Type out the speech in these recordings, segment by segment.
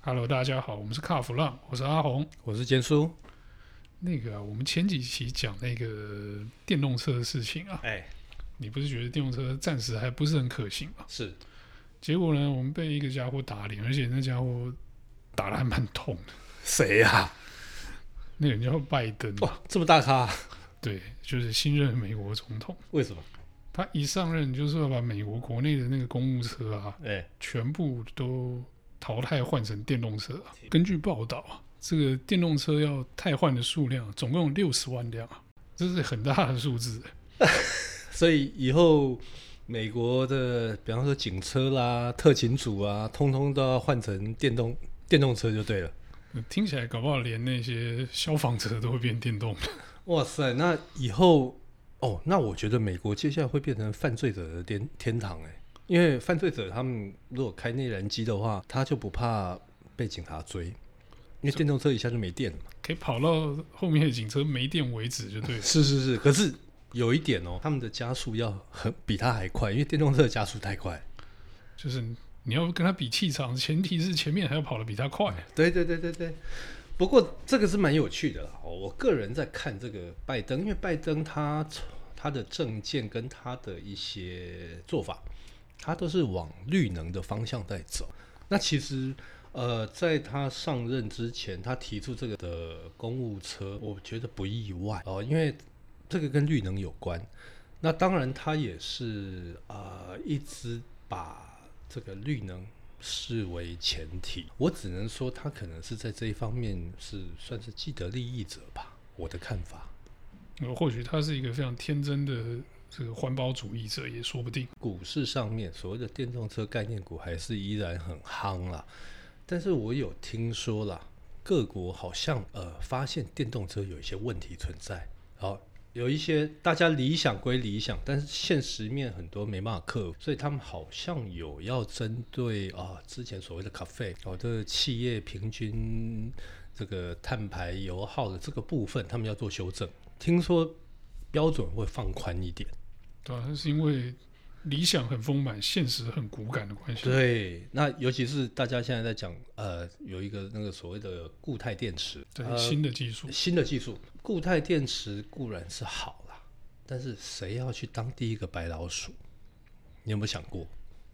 Hello，大家好，我们是卡弗浪，我是阿红。 我是坚叔。 我们前几期讲那个电动车的事情啊，你不是觉得电动车暂时还不是很可行吗？ 是。 结果呢，我们被一个家伙打脸，而且那家伙打得还蛮痛的。 谁呀？ 那个人叫拜登。 哇，这么大咖？ 对，就是新任美国总统。 为什么？ 他一上任就是要把美国国内的那个公务车啊，全部都淘汰换成电动车啊。根据报道啊，这个电动车要汰换的数量总共有60万辆啊，这是很大的数字。 所以以后美国的，比方说警车啦、特勤组啊，通通都要换成电动车就对了。 听起来搞不好连那些消防车都会变电动的。 哇塞，那以后那我觉得美国接下来会变成犯罪者的天堂因为犯罪者他们如果开内燃机的话，他就不怕被警察追，因为电动车一下就没电了嘛， 可以跑到后面的警车没电为止就对了。 是，可是有一点他们的加速要比他还快，因为电动车的加速太快， 就是你要跟他比气场，前提是前面还要跑得比他快。 对。不过这个是蛮有趣的啦。我个人在看这个拜登，因为拜登他的政见跟他的一些做法，他都是往绿能的方向在走。那其实在他上任之前，他提出这个的公务车，我觉得不意外因为这个跟绿能有关。那当然他也是一直把这个绿能视为前提，我只能说他可能是在这一方面算是既得利益者吧，我的看法。 或许他是一个非常天真的这个环保主义者也说不定。 股市上面所谓的电动车概念股还是依然很夯啦，但是我有听说啦，各国好像发现电动车有一些问题存在，有一些大家理想归理想，但是现实面很多没办法克服，所以他们好像有要针对之前所谓的 CAFE 这个企业平均这个碳排油耗的这个部分，他们要做修正，听说标准会放宽一点。 对啊，是因为理想很丰满，现实很骨感的关系。 对，那尤其是大家现在在讲有一个那个所谓的固态电池， 对，新的技术， 固态电池固然是好啦，但是谁要去当第一个白老鼠？你有没有想过？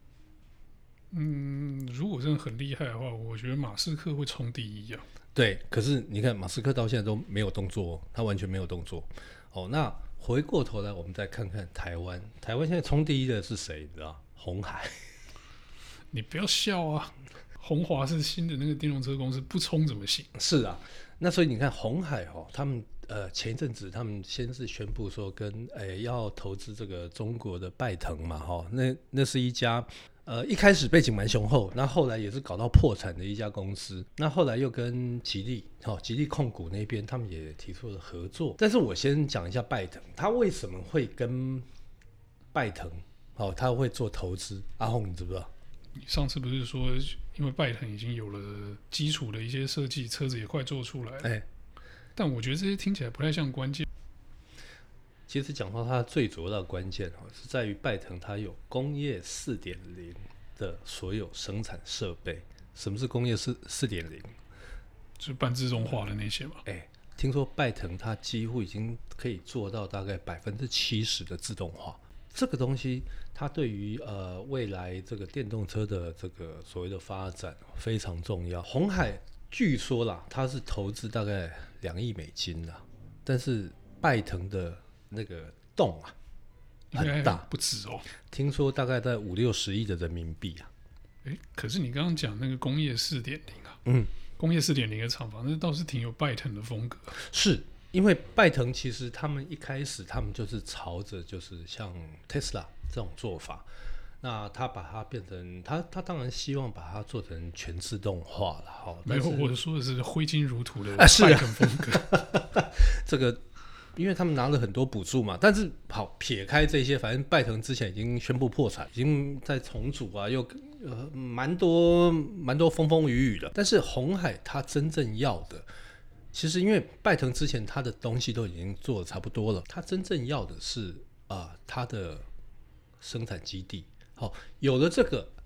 如果真的很厉害的话，我觉得马斯克会冲第一啊。 对，可是你看马斯克到现在都没有动作，他完全没有动作。那回过头来，我们再看看台湾现在冲第一的是谁？你知道？鸿海。 你不要笑啊！鸿华是新的那个电动车公司，不冲怎么行？ 是啊，那所以你看鸿海他们前一阵子他们先是宣布说跟要投资这个中国的拜腾嘛那是一家一开始背景蛮雄厚，那后来也是搞到破产的一家公司，那后来又跟吉利控股那边他们也提出了合作。但是我先讲一下拜腾，他为什么会跟拜腾他会做投资？阿宏你知不知道？ 你上次不是说因为拜腾已经有了基础的一些设计，车子也快做出来了但我觉得这些听起来不太像关键。 其实讲到它最主要的关键是在于拜腾它有工业 4.0 的所有生产设备。什么是工业 4.0？ 就是半自动化的那些嘛。 听说拜腾它几乎已经可以做到大概70%的自动化。这个东西它对于未来这个电动车的这个所谓的发展非常重要。鸿海据说啦，它是投资大概2亿美金啦，但是拜腾的那个洞很大， 不止听说大概在50-60亿的人民币可是你刚刚讲那个工业 4.0 工业 4.0 的厂房，那倒是挺有拜腾的风格。 是因为拜腾其实他们一开始他们就是朝着就是像 Tesla 这种做法，那他把它变成他当然希望把它做成全自动化了没有，我说的是挥金如土的拜腾风格这个因为他们拿了很多补助嘛，但是好撇开这些，反正拜腾之前已经宣布破产，已经在重组又蛮多风风雨雨的。但是鸿海他真正要的，其实因为拜腾之前他的东西都已经做得差不多了，他真正要的是他的生产基地。有了这个，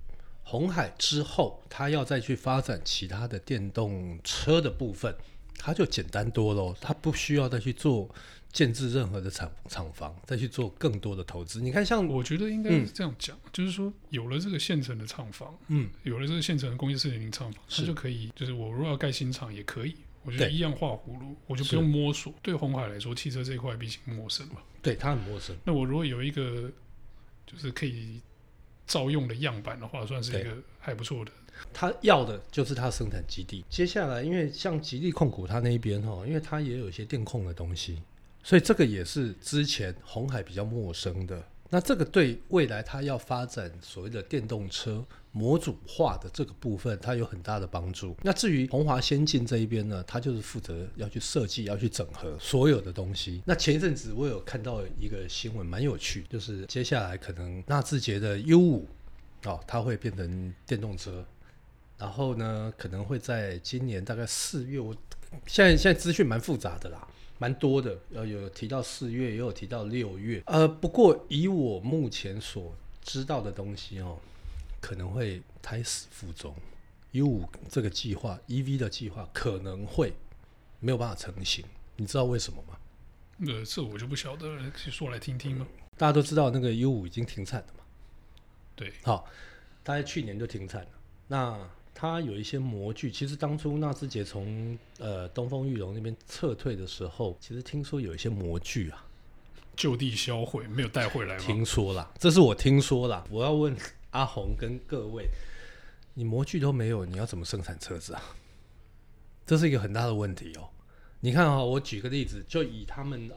鸿海之后他要再去发展其他的电动车的部分，他就简单多了，他不需要再去做建制任何的厂房，再去做更多的投资。你看像我觉得应该是这样讲，就是说有了这个现成的厂房，有了这个现成的工业4.0厂房，它就可以，就是我如果要盖新厂也可以，我觉得一样画葫芦，我就不用摸索。对鸿海来说，汽车这一块毕竟陌生嘛， 对，它很陌生。 那我如果有一个就是可以照用的样板的话，算是一个还不错的。 他要的就是他生产基地。接下来，因为像吉利控股他那一边因为他也有一些电控的东西，所以这个也是之前鸿海比较陌生的。那这个对未来他要发展所谓的电动车模组化的这个部分，它有很大的帮助。那至于鸿华先进这一边呢，它就是负责要去设计、要去整合所有的东西。那前一阵子我有看到一个新闻，蛮有趣，就是接下来可能纳智捷的 U5它会变成电动车，然后呢可能会在今年大概4月，我现在资讯蛮复杂的啦，蛮多的，有提到4月，也有提到6月。不过以我目前所知道的东西可能会胎死腹中。U5 这个计划 EV 的计划可能会没有办法成型，你知道为什么吗？ 这我就不晓得了，说来听听吗？ 大家都知道那个 U5 已经停产了嘛。 对， 好，大概去年就停产了。那它有一些模具，其实当初纳智捷从东风裕隆那边撤退的时候，其实听说有一些模具就地销毁，没有带回来吗？ 听说啦，这是我听说啦。我要问阿宏跟各位，你模具都没有，你要怎么生产车子啊？这是一个很大的问题你看我举个例子，就以他们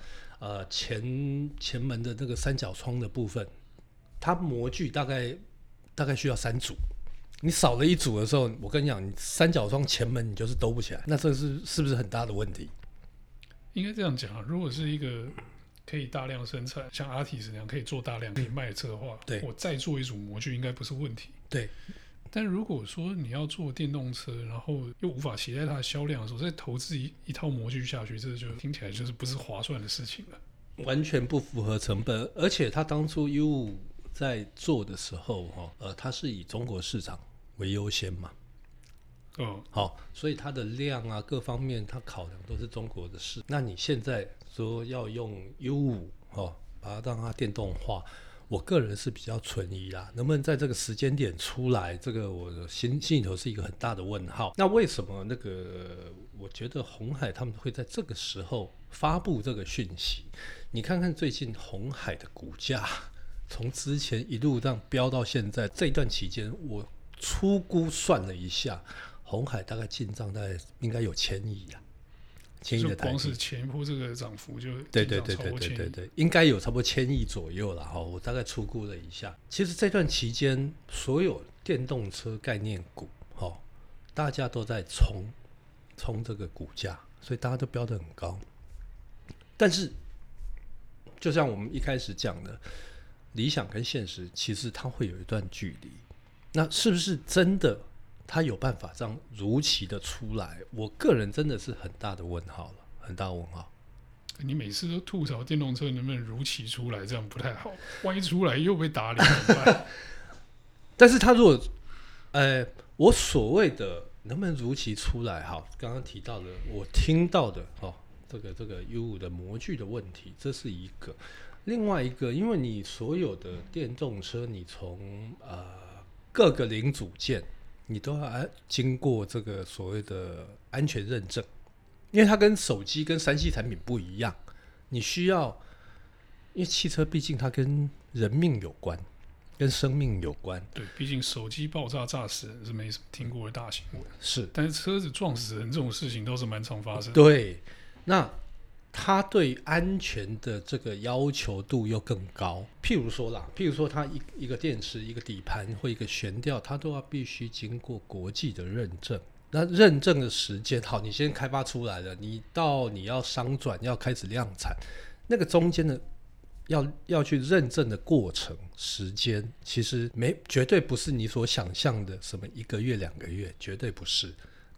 前门的那个三角窗的部分，它模具大概需要3组。你少了一组的时候，我跟你讲，你三角窗前门你就是兜不起来，那这是不是很大的问题？ 应该这样讲如果是一个可以大量生产，像 Artis 那样可以做大量可以卖的车的话，我再做一组模具应该不是问题。 对。 但如果说你要做电动车，然后又无法期待它的销量的时候，再投资一套模具下去，这就听起来就是不是划算的事情了， 完全不符合成本。而且他当初 U5 在做的时候它是以中国市场为优先嘛，好，所以它的量各方面它考量都是中国的事。那你现在说要用 U5 把它让它电动化，我个人是比较存疑啦，能不能在这个时间点出来，这个我的心里头是一个很大的问号。那为什么我觉得鸿海他们会在这个时候发布这个讯息？你看看最近鸿海的股价从之前一路这样飙到现在，这一段期间我初估算了一下，鸿海大概进账大概应该有1000亿啦，1000亿的台币， 光是前一波这个涨幅就对，应该有差不多1000亿左右啦。我大概初估了一下，其实这段期间所有电动车概念股大家都在冲这个股价，所以大家都飙得很高。但是就像我们一开始讲的，理想跟现实其实它会有一段距离，那是不是真的它有办法这样如期的出来？我个人真的是很大的问号了，很大的问号。 你每次都吐槽电动车能不能如期出来，这样不太好，万一出来又被打脸怎么办？ 但是他如果我所谓的能不能如期出来，刚刚提到的我听到的这个 U5 的模具的问题，这是一个。另外一个，因为你所有的电动车，你从各个零组件你都要经过这个所谓的安全认证，因为它跟手机跟3C 产品不一样，你需要，因为汽车毕竟它跟人命有关，跟生命有关。 对，毕竟手机爆炸炸死人是没什么听过的大新闻， 是， 但是车子撞死人这种事情都是蛮常发生的。 对，那它对安全的这个要求度又更高。譬如说它一个电池、一个底盘或一个悬吊，它都要必须经过国际的认证。那认证的时间，好，你先开发出来了，你到你要商转要开始量产，那个中间的要去认证的过程时间，其实绝对不是你所想象的什么1个月2个月，绝对不是。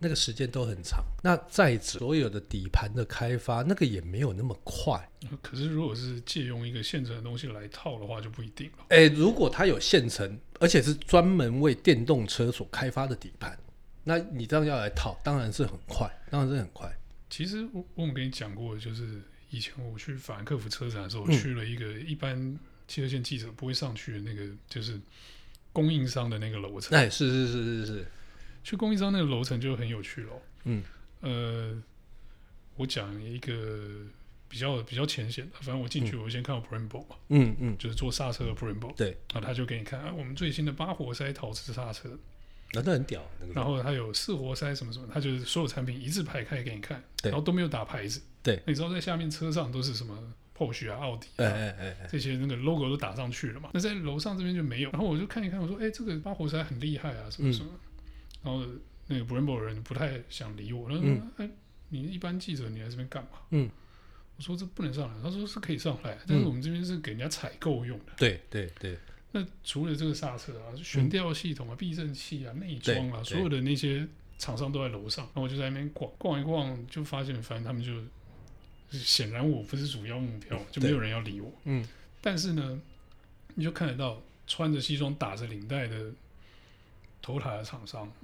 那个时间都很长。那再者，所有的底盘的开发，那个也没有那么快。 可是如果是借用一个现成的东西来套的话，就不一定了。 如果它有现成，而且是专门为电动车所开发的底盘，那你这样要来套，当然是很快，其实我们跟你讲过，就是以前我去法兰克福车展的时候，去了一个一般汽车线记者不会上去的那个，就是供应商的那个楼层。 是。 去供应商那个楼层就很有趣了。我讲一个比较浅显的，反正我进去我先看到 Brembo 嘛，就是做刹车的 Brembo。 对， 然后他就给你看，我们最新的8活塞陶瓷刹车。 那很屌， 然后它有4活塞什么什么，它就是所有产品一字排开给你看，然后都没有打牌子。 对， 你知道在下面车上都是什么 Porsche 啊、奥迪啊，这些那个 logo 都打上去了嘛。那在楼上这边就没有。然后我就看一看，我说，这个8活塞很厉害啊，什么什么。然后那个 Brembo 人不太想理我，他说，你一般记者你来这边干嘛？我说这不能上来，他说是可以上来，但是我们这边是给人家采购用的。 对。 那除了这个刹车啊、悬吊系统啊、避震器啊、内装啊，所有的那些厂商都在楼上。然后我就在那边逛一逛，就发现反正他们就显然我不是主要目标，就没有人要理我。但是呢，你就看得到穿着西装打着领带的Toyota的厂商。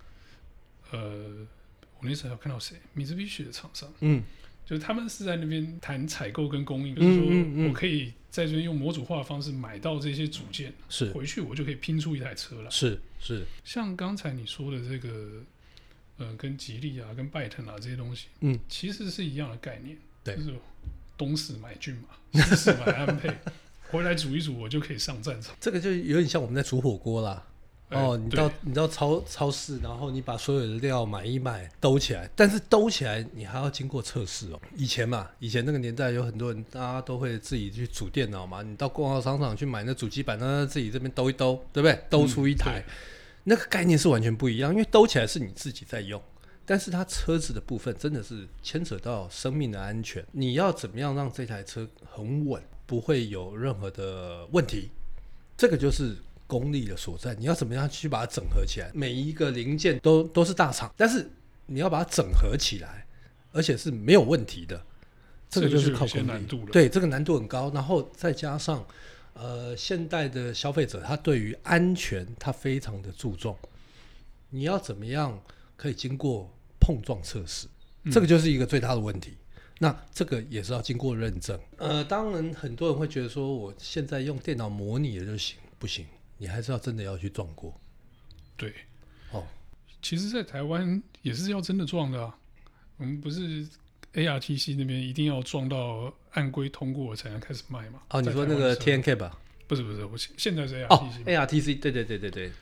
我那时候还有看到谁？Mitsubishi 的厂商。就是他们是在那边谈采购跟供应，就是说我可以在这边用模组化的方式买到这些组件，回去我就可以拼出一台车来。是。像刚才你说的这个，跟吉利啊、跟拜腾啊这些东西，其实是一样的概念。对，就是东市买骏马，西市买安沛，回来煮一煮，我就可以上战场。 这个就有点像我们在煮火锅啦。你到超市，然后你把所有的料买一买，兜起来，但是兜起来你还要经过测试哦。以前那个年代有很多人，大家都会自己去组电脑嘛。你到逛商场去买那主机板，那自己这边兜一兜，对不对？兜出一台，那个概念是完全不一样，因为兜起来是你自己在用，但是它车子的部分真的是牵扯到生命的安全。你要怎么样让这台车很稳，不会有任何的问题？这个就是功力的所在，你要怎么样去把它整合起来？每一个零件都是大厂，但是你要把它整合起来，而且是没有问题的，这个就是靠功力。对，这个难度很高，然后再加上现代的消费者他对于安全他非常的注重，你要怎么样可以经过碰撞测试，这个就是一个最大的问题。那这个也是要经过认证。当然很多人会觉得说我现在用电脑模拟的就行，不行，你还是要真的要去撞过。 对，其实在台湾也是要真的撞的啊。我们不是 ARTC 那边一定要撞到按规通过才能开始卖嘛？ 你说那个 TNCAP 吧？ 不是，我现在是 ARTC。 ARTC， 对。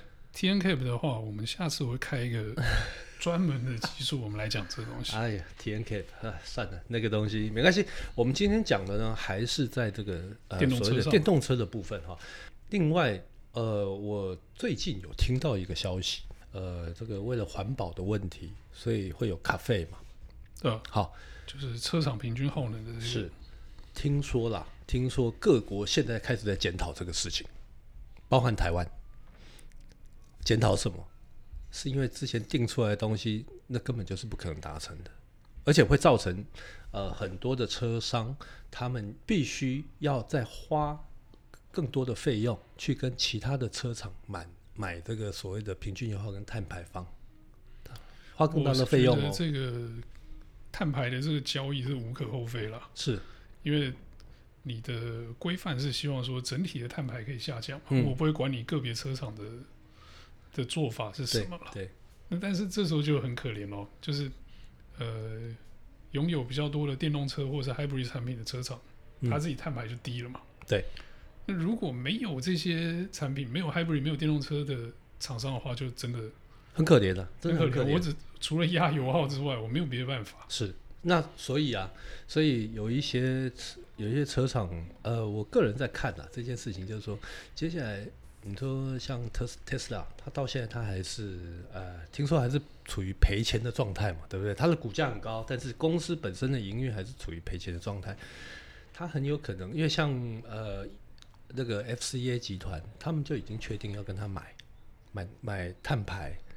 TNCAP 的话，我们下次我会开一个专门的集数，我们来讲这个东西。 TNCAP 算了，那个东西没关系。我们今天讲的呢，还是在这个所谓的电动车的部分哈。另外，我最近有听到一个消息，这个为了环保的问题，所以会有咖啡嘛。好， 就是车厂平均耗能的这个。 是，听说各国现在开始在检讨这个事情，包含台湾。检讨什么？是因为之前定出来的东西，那根本就是不可能达成的，而且会造成很多的车商，他们必须要再花更多的费用去跟其他的车厂买这个所谓的平均油耗跟碳排放，花更大的费用。 我觉得这个碳排的这个交易是无可厚非啦， 是因为你的规范是希望说整体的碳排可以下降，我不会管你个别车厂的做法是什么了。 对， 那但是这时候就很可怜咯，就是拥有比较多的电动车或者是 hybrid 产品的车厂，它自己碳排就低了嘛。 对。 那如果没有这些产品，没有 hybrid 没有电动车的厂商的话，就真的很可怜的，真的很可怜。 我除了压油耗之外，我没有别的办法。 是，那所以有一些车厂，我个人在看这件事情，就是说接下来。你说像Tesla， 它到现在它还是听说还是处于赔钱的状态嘛，对不对？它的股价很高，但是公司本身的营运还是处于赔钱的状态。它很有可能，因为像那个 FCA 集团，他们就已经确定要跟他买碳排，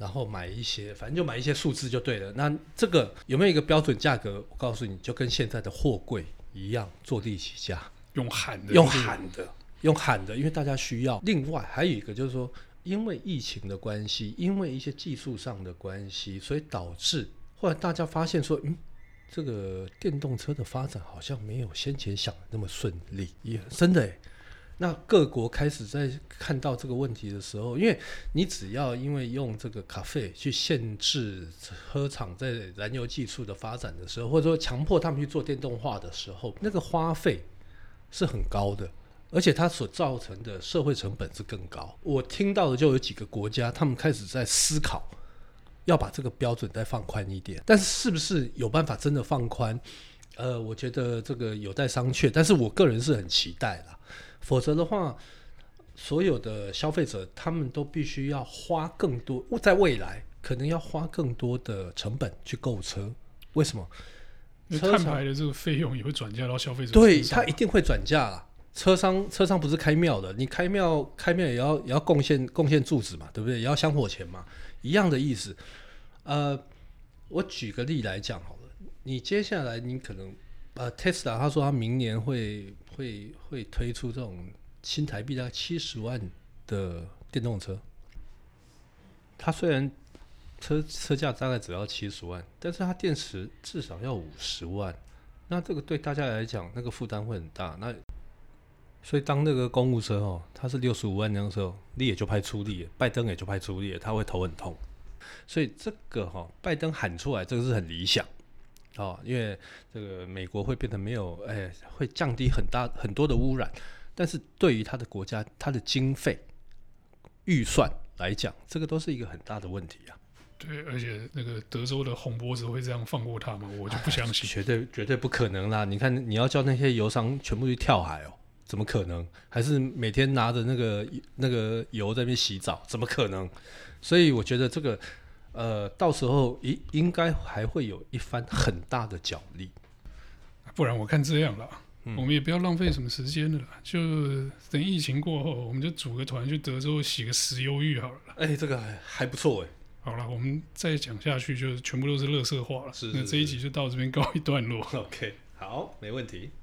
然后买一些，反正就买一些数字就对了。那这个有没有一个标准价格？我告诉你，就跟现在的货柜一样，坐地起价， 用喊的， 因为大家需要。另外还有一个就是说，因为疫情的关系，因为一些技术上的关系，所以导致后来大家发现说，这个电动车的发展好像没有先前想的那么顺利，也真的耶。那各国开始在看到这个问题的时候，因为你只要因为用这个咖啡去限制车厂在燃油技术的发展的时候，或者说强迫他们去做电动化的时候，那个花费是很高的，而且它所造成的社会成本是更高。我听到的就有几个国家，他们开始在思考要把这个标准再放宽一点，但是是不是有办法真的放宽？我觉得这个有待商榷，但是我个人是很期待啦。否则的话，所有的消费者他们都必须要花更多，在未来可能要花更多的成本去购车。为什么？ 碳排的这个费用也会转嫁到消费者身上。 对，它一定会转嫁啦。车商不是开庙的，你开庙也要贡献柱子嘛，对不对？也要香火钱嘛，一样的意思。我举个例来讲好了，你接下来你可能Tesla 他说他明年会推出这种新台币大概70万的电动车。它虽然车价大概只要70万，但是它电池至少要50万。那这个对大家来讲，那个负担会很大。那所以当那个公务车它是65万那时候，你也就派出力，拜登也就派出力，他会头很痛。所以这个拜登喊出来，这个是很理想。因为这个美国会变得没有，会降低很多的污染，但是对于他的国家、他的经费预算来讲，这个都是一个很大的问题啊。 对，而且那个德州的红脖子会这样放过他吗？我就不相信， 绝对不可能啦！你看，你要叫那些油商全部去跳海怎么可能？还是每天拿着那个油在那边洗澡，怎么可能？所以我觉得这个。到时候应该还会有一番很大的角力， 不然我看这样啦，我们也不要浪费什么时间了啦，就等疫情过后，我们就组个团去德州洗个石油浴好了。 这个还不错好了，我们再讲下去就全部都是垃圾话了。那这一集就到这边告一段落。 OK， 好，没问题。